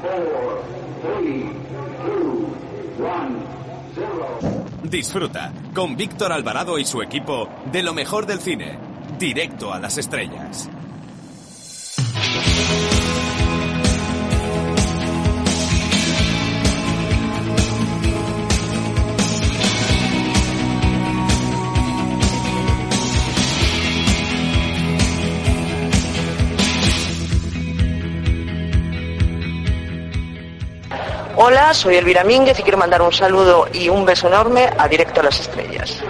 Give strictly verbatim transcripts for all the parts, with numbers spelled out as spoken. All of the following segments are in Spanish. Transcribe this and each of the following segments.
four, three, two, one, zero. Disfruta con Víctor Alvarado y su equipo de lo mejor del cine. Directo a las estrellas. Hola, soy Elvira Mínguez y quiero mandar un saludo y un beso enorme a Directo a las Estrellas.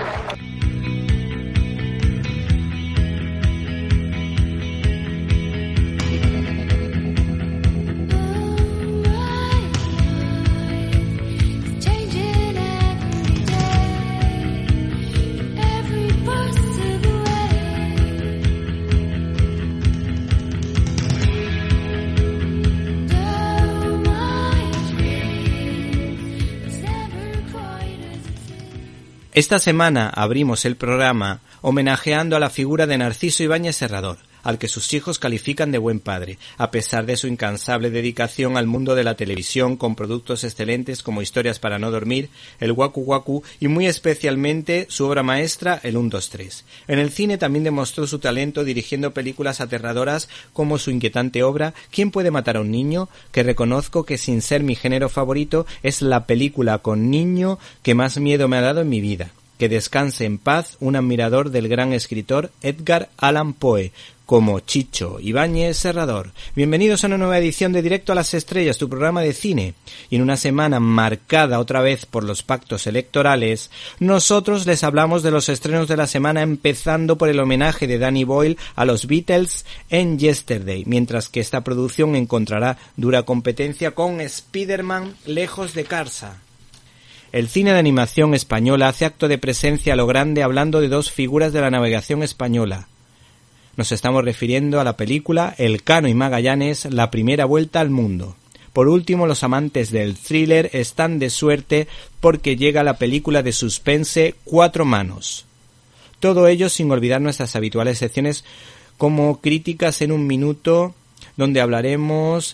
Esta semana abrimos el programa homenajeando a la figura de Narciso Ibáñez Serrador, al que sus hijos califican de buen padre, a pesar de su incansable dedicación al mundo de la televisión con productos excelentes como Historias para no dormir, El Waku Waku y muy especialmente su obra maestra, El uno dos tres. En el cine también demostró su talento dirigiendo películas aterradoras como su inquietante obra ¿Quién puede matar a un niño?, que reconozco que sin ser mi género favorito es la película con niño que más miedo me ha dado en mi vida. Que descanse en paz un admirador del gran escritor Edgar Allan Poe, como Chicho Ibáñez Serrador. Bienvenidos a una nueva edición de Directo a las Estrellas, tu programa de cine. Y en una semana marcada otra vez por los pactos electorales, nosotros les hablamos de los estrenos de la semana, empezando por el homenaje de Danny Boyle a los Beatles en Yesterday, mientras que esta producción encontrará dura competencia con Spider-Man Lejos de Casa. El cine de animación española hace acto de presencia a lo grande hablando de dos figuras de la navegación española. Nos estamos refiriendo a la película Elcano y Magallanes, la primera vuelta al mundo. Por último, los amantes del thriller están de suerte porque llega la película de suspense Cuatro Manos. Todo ello sin olvidar nuestras habituales secciones como Críticas en un Minuto, donde hablaremos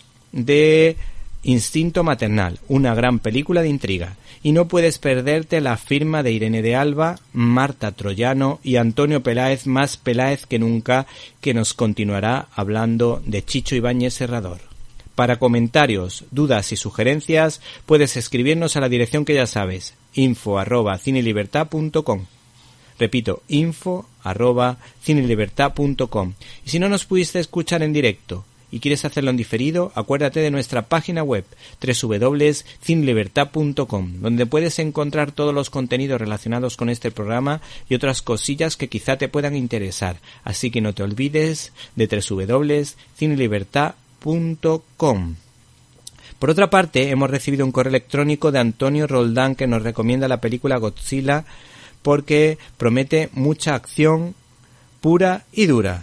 de Instinto Maternal, una gran película de intriga. Y no puedes perderte la firma de Irene de Alba, Marta Troyano y Antonio Peláez, más Peláez que nunca, que nos continuará hablando de Chicho Ibáñez Serrador. Para comentarios, dudas y sugerencias, puedes escribirnos a la dirección que ya sabes, info arroba cinelibertad punto com. Repito, info arroba cinelibertad punto com. Y si no nos pudiste escuchar en directo y quieres hacerlo en diferido, acuérdate de nuestra página web doble u doble u doble u punto cinelibertad punto com, donde puedes encontrar todos los contenidos relacionados con este programa y otras cosillas que quizá te puedan interesar. Así que no te olvides de doble u doble u doble u punto cinelibertad punto com. Por otra parte, hemos recibido un correo electrónico de Antonio Roldán que nos recomienda la película Godzilla porque promete mucha acción pura y dura.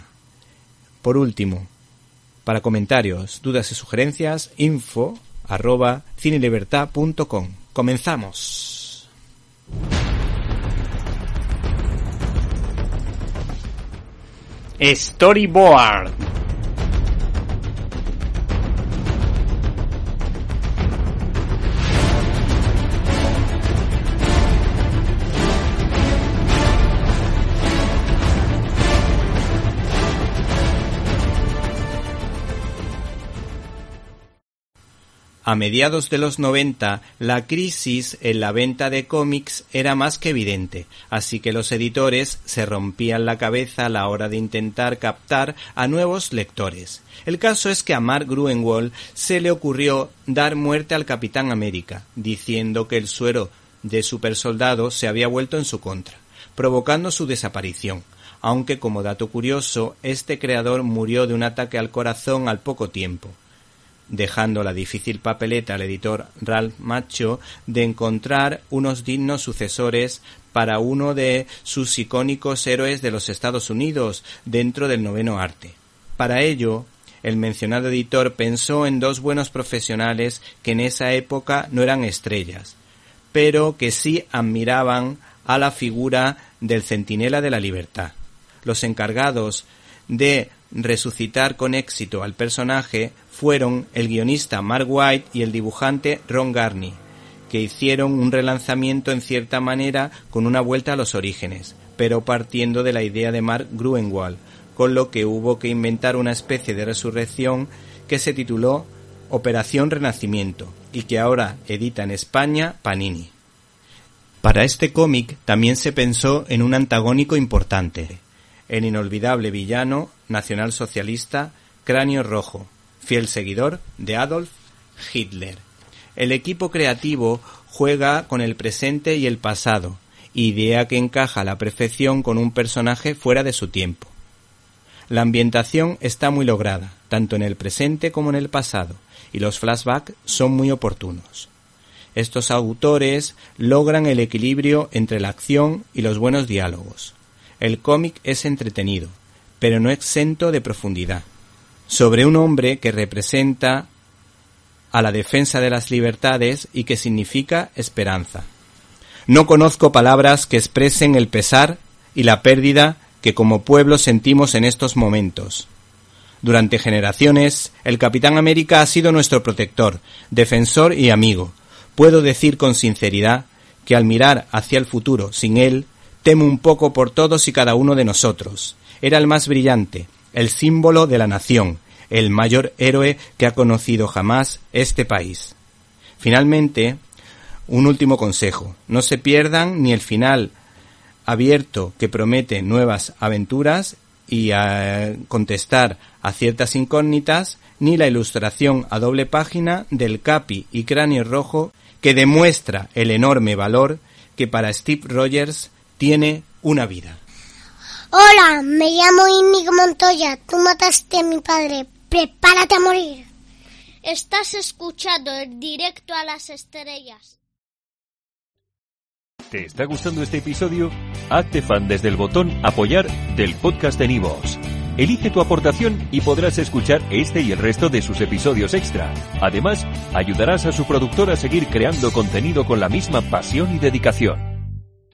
Por último, para comentarios, dudas y sugerencias, info arroba cinelibertad punto com. ¡Comenzamos! Storyboard. A mediados de los noventa, la crisis en la venta de cómics era más que evidente, así que los editores se rompían la cabeza a la hora de intentar captar a nuevos lectores. El caso es que a Mark Gruenwald se le ocurrió dar muerte al Capitán América, diciendo que el suero de supersoldado se había vuelto en su contra, provocando su desaparición. Aunque, como dato curioso, este creador murió de un ataque al corazón al poco tiempo, dejando la difícil papeleta al editor Ralph Macchio de encontrar unos dignos sucesores para uno de sus icónicos héroes de los Estados Unidos dentro del noveno arte. Para ello, el mencionado editor pensó en dos buenos profesionales que en esa época no eran estrellas, pero que sí admiraban a la figura del Centinela de la Libertad. Los encargados de resucitar con éxito al personaje fueron el guionista Mark Waid y el dibujante Ron Garney, que hicieron un relanzamiento en cierta manera con una vuelta a los orígenes, pero partiendo de la idea de Mark Gruenwald, con lo que hubo que inventar una especie de resurrección que se tituló Operación Renacimiento y que ahora edita en España Panini. Para este cómic también se pensó en un antagónico importante, el inolvidable villano nacionalsocialista Cráneo Rojo, fiel seguidor de Adolf Hitler. El equipo creativo juega con el presente y el pasado, idea que encaja a la perfección con un personaje fuera de su tiempo. La ambientación está muy lograda, tanto en el presente como en el pasado, y los flashbacks son muy oportunos. Estos autores logran el equilibrio entre la acción y los buenos diálogos. El cómic es entretenido, pero no exento de profundidad, sobre un hombre que representa a la defensa de las libertades y que significa esperanza. No conozco palabras que expresen el pesar y la pérdida que como pueblo sentimos en estos momentos. Durante generaciones, el Capitán América ha sido nuestro protector, defensor y amigo. Puedo decir con sinceridad que al mirar hacia el futuro sin él, temo un poco por todos y cada uno de nosotros. Era el más brillante, el símbolo de la nación, el mayor héroe que ha conocido jamás este país. Finalmente, un último consejo. No se pierdan ni el final abierto que promete nuevas aventuras y a contestar a ciertas incógnitas, ni la ilustración a doble página del Capi y Cráneo Rojo que demuestra el enorme valor que para Steve Rogers tiene una vida. Hola, me llamo Íñigo Montoya, tú mataste a mi padre, prepárate a morir. Estás escuchando el Directo a las Estrellas. ¿Te está gustando este episodio? Hazte fan desde el botón Apoyar del podcast de Nivos. Elige tu aportación y podrás escuchar este y el resto de sus episodios extra. Además, ayudarás a su productor a seguir creando contenido con la misma pasión y dedicación.